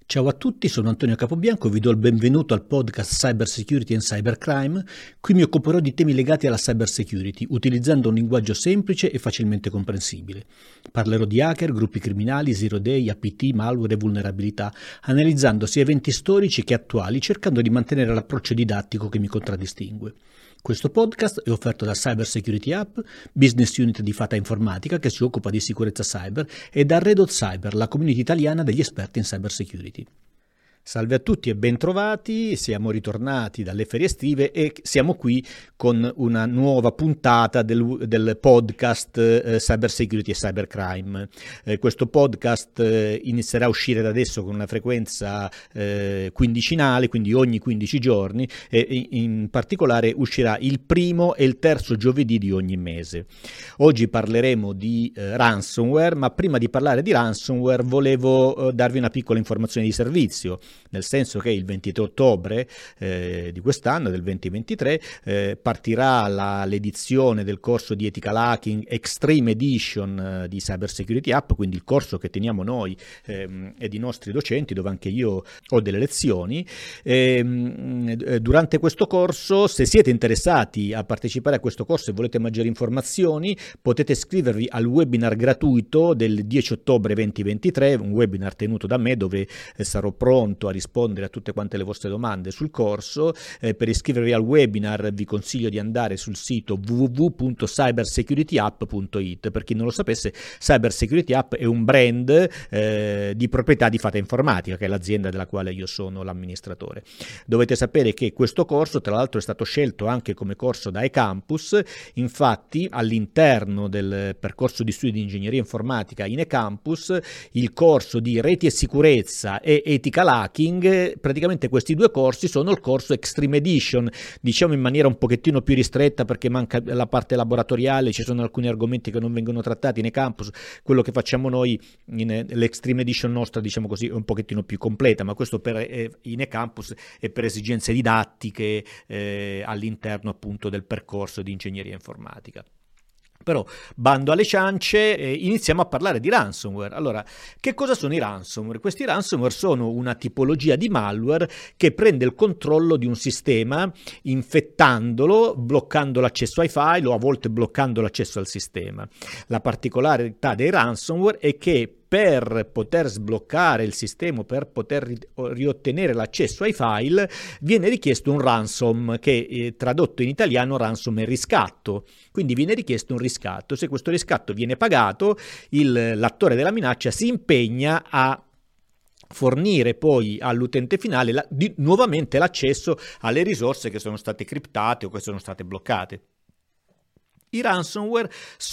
Ciao a tutti, sono Antonio Capobianco e vi do il benvenuto al podcast Cyber Security and Cybercrime. Qui mi occuperò di temi legati alla cyber security, utilizzando un linguaggio semplice e facilmente comprensibile. Parlerò di hacker, gruppi criminali, zero day, APT, malware e vulnerabilità, analizzando sia eventi storici che attuali, cercando di mantenere l'approccio didattico che mi contraddistingue. Questo podcast è offerto da Cyber Security App, business unit di Fata Informatica che si occupa di sicurezza cyber, e da Red Hot Cyber, la community italiana degli esperti in cyber security. Salve a tutti e bentrovati, siamo ritornati dalle ferie estive e siamo qui con una nuova puntata del podcast Cyber Security e Cybercrime. Questo podcast inizierà a uscire da adesso con una frequenza quindicinale, quindi ogni 15 giorni, e in particolare uscirà il primo e il terzo giovedì di ogni mese. Oggi parleremo di ransomware, ma prima di parlare di ransomware volevo darvi una piccola informazione di servizio. Nel senso che il 23 ottobre di quest'anno, del 2023, partirà l'edizione del corso di Ethical Hacking Extreme Edition di Cyber Security App, quindi il corso che teniamo noi ed i nostri docenti, dove anche io ho delle lezioni. Durante questo corso, se siete interessati a partecipare a questo corso e volete maggiori informazioni, potete iscrivervi al webinar gratuito del 10 ottobre 2023, un webinar tenuto da me dove sarò pronto a rispondere a tutte quante le vostre domande sul corso. Per iscrivervi al webinar vi consiglio di andare sul sito www.cybersecurityapp.it. Per chi non lo sapesse, Cyber Security App è un brand di proprietà di Fata Informatica, che è l'azienda della quale io sono l'amministratore. Dovete sapere che questo corso, tra l'altro, è stato scelto anche come corso da eCampus. Infatti, all'interno del percorso di studi di ingegneria informatica in eCampus, il corso di reti e sicurezza e ethical hacking, praticamente questi due corsi sono il corso Extreme Edition, diciamo in maniera un pochettino più ristretta perché manca la parte laboratoriale, ci sono alcuni argomenti che non vengono trattati nei campus. Quello che facciamo noi l'Extreme Edition nostra, diciamo così, è un pochettino più completa, ma questo in eCampus è per esigenze didattiche all'interno appunto del percorso di ingegneria informatica. Però, bando alle ciance, iniziamo a parlare di ransomware. Allora, che cosa sono i ransomware? Questi ransomware sono una tipologia di malware che prende il controllo di un sistema infettandolo, bloccando l'accesso ai file o a volte bloccando l'accesso al sistema. La particolarità dei ransomware è che per poter sbloccare il sistema, per poter riottenere l'accesso ai file, viene richiesto un ransom, che tradotto in italiano ransom è riscatto. Quindi viene richiesto un riscatto. Se questo riscatto viene pagato, l'attore della minaccia si impegna a fornire poi all'utente finale nuovamente l'accesso alle risorse che sono state criptate o che sono state bloccate. I ransomware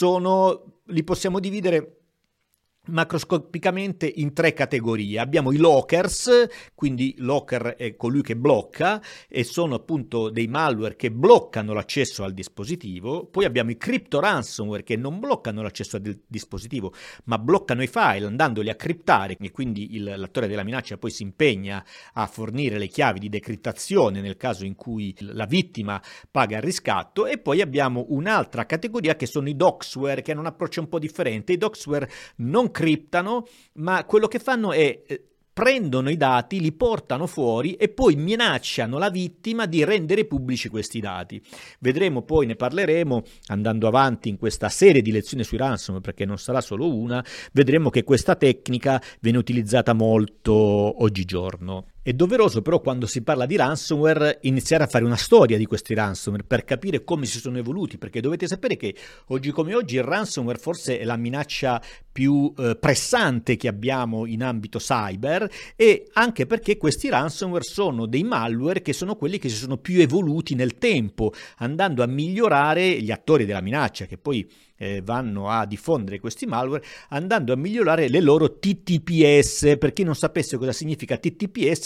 li possiamo dividere macroscopicamente in tre categorie. Abbiamo i lockers, quindi locker è colui che blocca e sono appunto dei malware che bloccano l'accesso al dispositivo. Poi abbiamo i crypto ransomware che non bloccano l'accesso al dispositivo ma bloccano i file andandoli a criptare, e quindi l'attore della minaccia poi si impegna a fornire le chiavi di decriptazione nel caso in cui la vittima paga il riscatto. E poi abbiamo un'altra categoria che sono i doxware, che hanno un approccio un po' differente. I doxware non criptano, ma quello che fanno è prendono i dati, li portano fuori e poi minacciano la vittima di rendere pubblici questi dati. Vedremo poi, ne parleremo andando avanti in questa serie di lezioni sui ransomware, perché non sarà solo una. Vedremo che questa tecnica viene utilizzata molto oggigiorno. È doveroso però, quando si parla di ransomware, iniziare a fare una storia di questi ransomware per capire come si sono evoluti, perché dovete sapere che oggi come oggi il ransomware forse è la minaccia più pressante che abbiamo in ambito cyber, e anche perché questi ransomware sono dei malware che sono quelli che si sono più evoluti nel tempo, andando a migliorare gli attori della minaccia, che poi vanno a diffondere questi malware, andando a migliorare le loro TTPS. Per chi non sapesse cosa significa TTPS,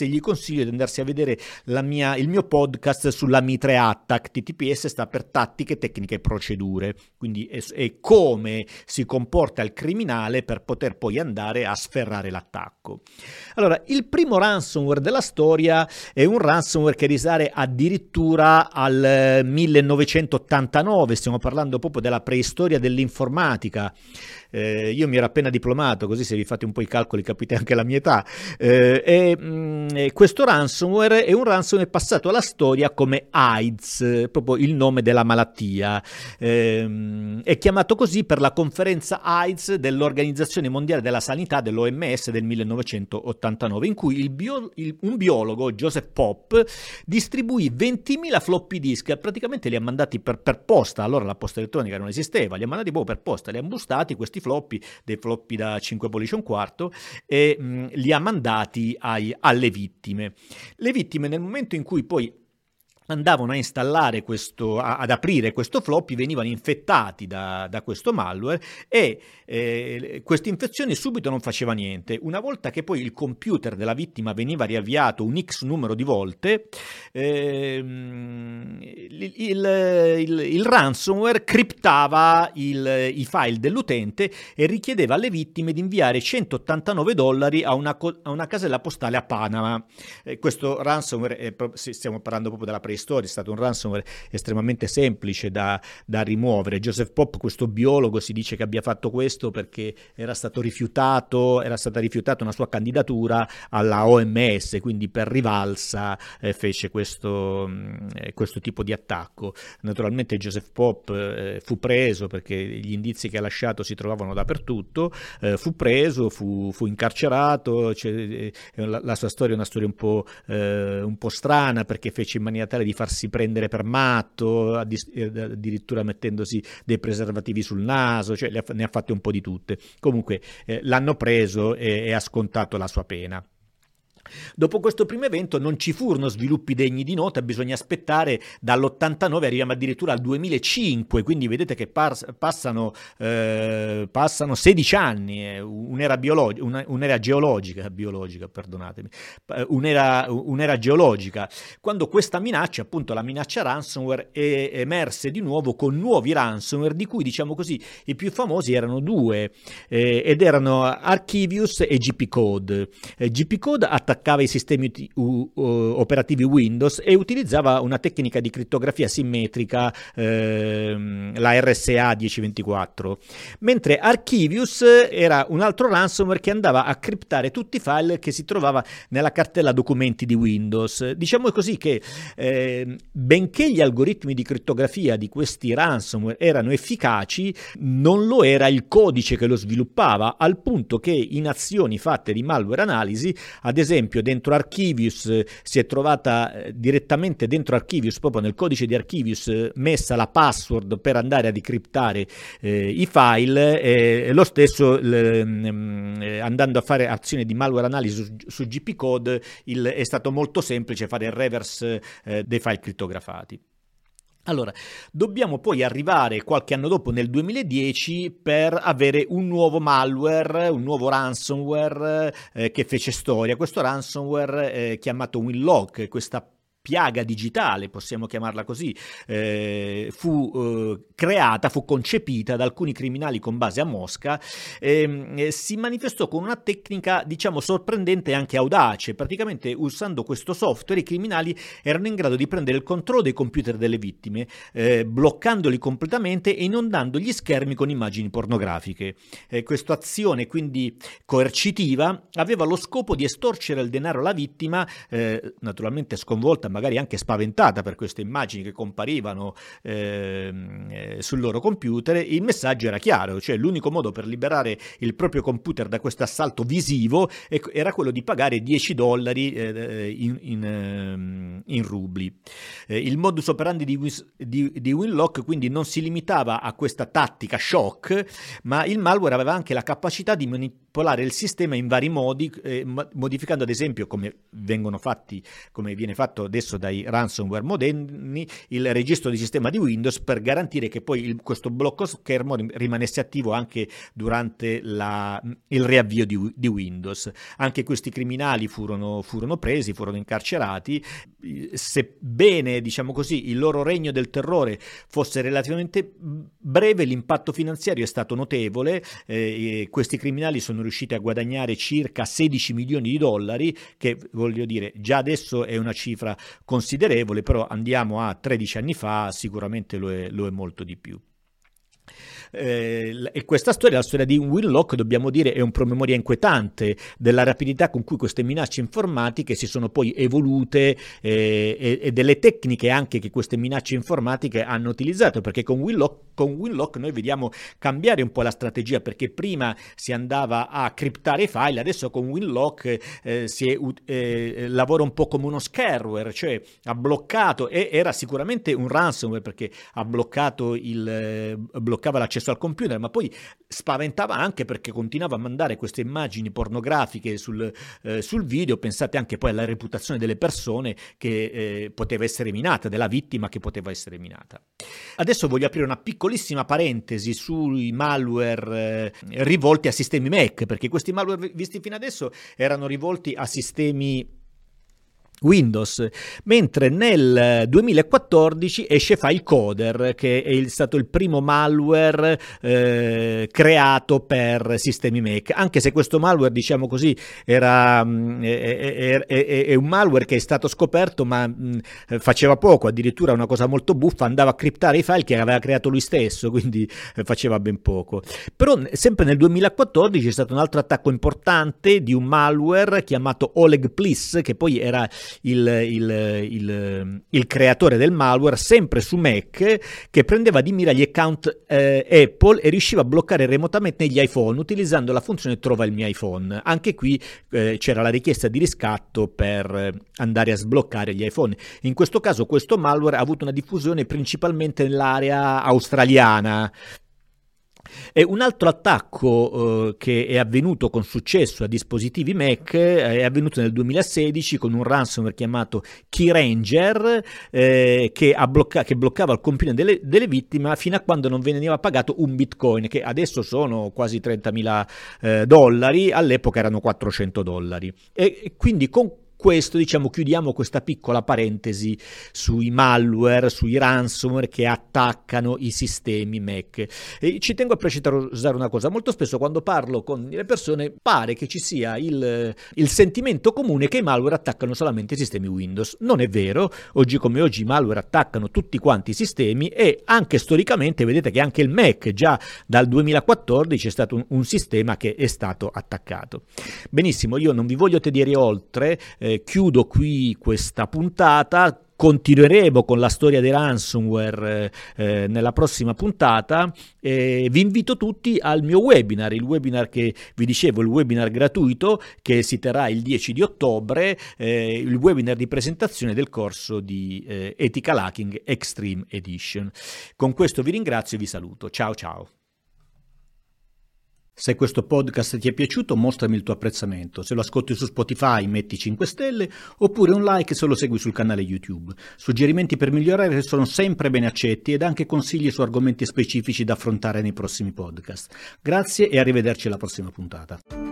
TTPS, gli consiglio di andarsi a vedere il mio podcast sulla Mitre Attack. TTPS sta per tattiche, tecniche e procedure, quindi è come si comporta il criminale per poter poi andare a sferrare l'attacco. Allora, il primo ransomware della storia è un ransomware che risale addirittura al 1989, stiamo parlando proprio della preistoria dell'informatica. Io mi ero appena diplomato, così se vi fate un po' i calcoli capite anche la mia età. Questo ransomware è un ransomware passato alla storia come AIDS, proprio il nome della malattia. È chiamato così per la conferenza AIDS dell'Organizzazione Mondiale della Sanità, dell'OMS, del 1989, in cui un biologo, Joseph Popp, distribuì 20.000 floppy disk, praticamente li ha mandati per posta. Allora la posta elettronica non esisteva, li ha mandati proprio per posta, li ha imbustati questi floppy, dei floppy da 5 pollici e un quarto, e li ha mandati alle vittime. Le vittime, nel momento in cui poi andavano a installare ad aprire questo floppy, venivano infettati da questo malware, e questa infezione subito non faceva niente. Una volta che poi il computer della vittima veniva riavviato un X numero di volte, il ransomware criptava i file dell'utente e richiedeva alle vittime di inviare $189 a una casella postale a Panama. Questo ransomware, stiamo parlando proprio della preistoria, è stato un ransomware estremamente semplice da rimuovere. Joseph Popp, questo biologo, si dice che abbia fatto questo perché era stata rifiutata una sua candidatura alla OMS, quindi per rivalsa fece questo tipo di attacco. Naturalmente Joseph Popp fu preso, perché gli indizi che ha lasciato si trovavano dappertutto, fu preso, fu incarcerato. La sua storia è una storia un po' strana, perché fece in maniera tale di farsi prendere per matto, addirittura mettendosi dei preservativi sul naso, cioè ne ha fatte un po' di tutte. Comunque l'hanno preso e ha scontato la sua pena. Dopo questo primo evento non ci furono sviluppi degni di nota, bisogna aspettare dall'89, arriviamo addirittura al 2005, quindi vedete che passano 16 anni, un'era geologica, perdonatemi, un'era geologica, quando questa minaccia, appunto la minaccia ransomware, emerse di nuovo con nuovi ransomware, di cui, diciamo così, i più famosi erano due, ed erano Archivius e GP-Code. GP-Code attaccava i sistemi operativi Windows e utilizzava una tecnica di crittografia simmetrica, la RSA 1024, mentre Archivius era un altro ransomware che andava a criptare tutti i file che si trovava nella cartella documenti di Windows. Diciamo così che benché gli algoritmi di crittografia di questi ransomware erano efficaci, non lo era il codice che lo sviluppava, al punto che in azioni fatte di malware analisi, ad esempio dentro Archivius, si è trovata direttamente dentro Archivius, proprio nel codice di Archivius, messa la password per andare a decriptare i file, lo stesso andando a fare azioni di malware analisi su GP-Code, è stato molto semplice fare il reverse dei file crittografati. Allora, dobbiamo poi arrivare qualche anno dopo, nel 2010, per avere un nuovo malware, un nuovo ransomware che fece storia. Questo ransomware chiamato Winlock, questa piaga digitale, possiamo chiamarla così, fu concepita da alcuni criminali con base a Mosca, si manifestò con una tecnica, diciamo, sorprendente e anche audace. Praticamente, usando questo software, i criminali erano in grado di prendere il controllo dei computer delle vittime, bloccandoli completamente e inondando gli schermi con immagini pornografiche. Questa azione, quindi coercitiva, aveva lo scopo di estorcere il denaro alla vittima, naturalmente sconvolta, magari anche spaventata per queste immagini che comparivano sul loro computer. Il messaggio era chiaro, cioè l'unico modo per liberare il proprio computer da questo assalto visivo era quello di pagare $10 in rubli. Il modus operandi di Winlock quindi non si limitava a questa tattica shock, ma il malware aveva anche la capacità di manipolare il sistema in vari modi, modificando ad esempio, come viene fatto adesso dai ransomware moderni, il registro di sistema di Windows per garantire che poi questo blocco schermo rimanesse attivo anche durante il riavvio di Windows. Anche questi criminali furono presi, furono incarcerati, sebbene, diciamo così, il loro regno del terrore fosse relativamente breve, l'impatto finanziario è stato notevole. Questi criminali sono riusciti a guadagnare circa 16 milioni di dollari, che voglio dire già adesso è una cifra considerevole, però andiamo a 13 anni fa, sicuramente lo è molto di più. E questa storia, la storia di Winlock, dobbiamo dire, è un promemoria inquietante della rapidità con cui queste minacce informatiche si sono poi evolute e delle tecniche anche che queste minacce informatiche hanno utilizzato, perché con Winlock noi vediamo cambiare un po' la strategia, perché prima si andava a criptare i file, adesso con Winlock lavora un po' come uno scareware, cioè ha bloccato, e era sicuramente un ransomware perché ha bloccava l'accesso al computer, ma poi spaventava anche perché continuava a mandare queste immagini pornografiche sul video. Pensate anche poi alla reputazione delle persone che poteva essere minata, della vittima che poteva essere minata. Adesso voglio aprire una piccolissima parentesi sui malware rivolti a sistemi Mac, perché questi malware visti fino adesso erano rivolti a sistemi Windows, mentre nel 2014 esce FileCoder, che è stato il primo malware creato per sistemi Mac, anche se questo malware, diciamo così, è un malware che è stato scoperto ma faceva poco, addirittura una cosa molto buffa, andava a criptare i file che aveva creato lui stesso, quindi faceva ben poco. Però sempre nel 2014 c'è stato un altro attacco importante di un malware chiamato Oleg Pliss, che poi era il creatore del malware, sempre su Mac, che prendeva di mira gli account Apple e riusciva a bloccare remotamente gli iPhone utilizzando la funzione trova il mio iPhone. Anche qui c'era la richiesta di riscatto per andare a sbloccare gli iPhone. In questo caso questo malware ha avuto una diffusione principalmente nell'area australiana. E un altro attacco che è avvenuto con successo a dispositivi Mac è avvenuto nel 2016 con un ransomware chiamato Keyranger che bloccava il computer delle vittime fino a quando non veniva pagato un bitcoin, che adesso sono quasi $30.000, all'epoca erano $400. E quindi con questo, diciamo, chiudiamo questa piccola parentesi sui malware, sui ransomware che attaccano i sistemi Mac. E ci tengo a precisare una cosa: molto spesso quando parlo con le persone pare che ci sia il sentimento comune che i malware attaccano solamente i sistemi Windows. Non è vero, oggi come oggi i malware attaccano tutti quanti i sistemi, e anche storicamente vedete che anche il Mac già dal 2014 è stato un sistema che è stato attaccato. Benissimo, io non vi voglio tediare oltre, chiudo qui questa puntata. Continueremo con la storia dei ransomware nella prossima puntata. Vi invito tutti al mio webinar, il webinar che vi dicevo, il webinar gratuito che si terrà il 10 di ottobre, il webinar di presentazione del corso di Ethical Hacking Extreme Edition. Con questo vi ringrazio e vi saluto. Ciao ciao. Se questo podcast ti è piaciuto, mostrami il tuo apprezzamento. Se lo ascolti su Spotify, metti 5 stelle, oppure un like se lo segui sul canale YouTube. Suggerimenti per migliorare sono sempre ben accetti, ed anche consigli su argomenti specifici da affrontare nei prossimi podcast. Grazie e arrivederci alla prossima puntata.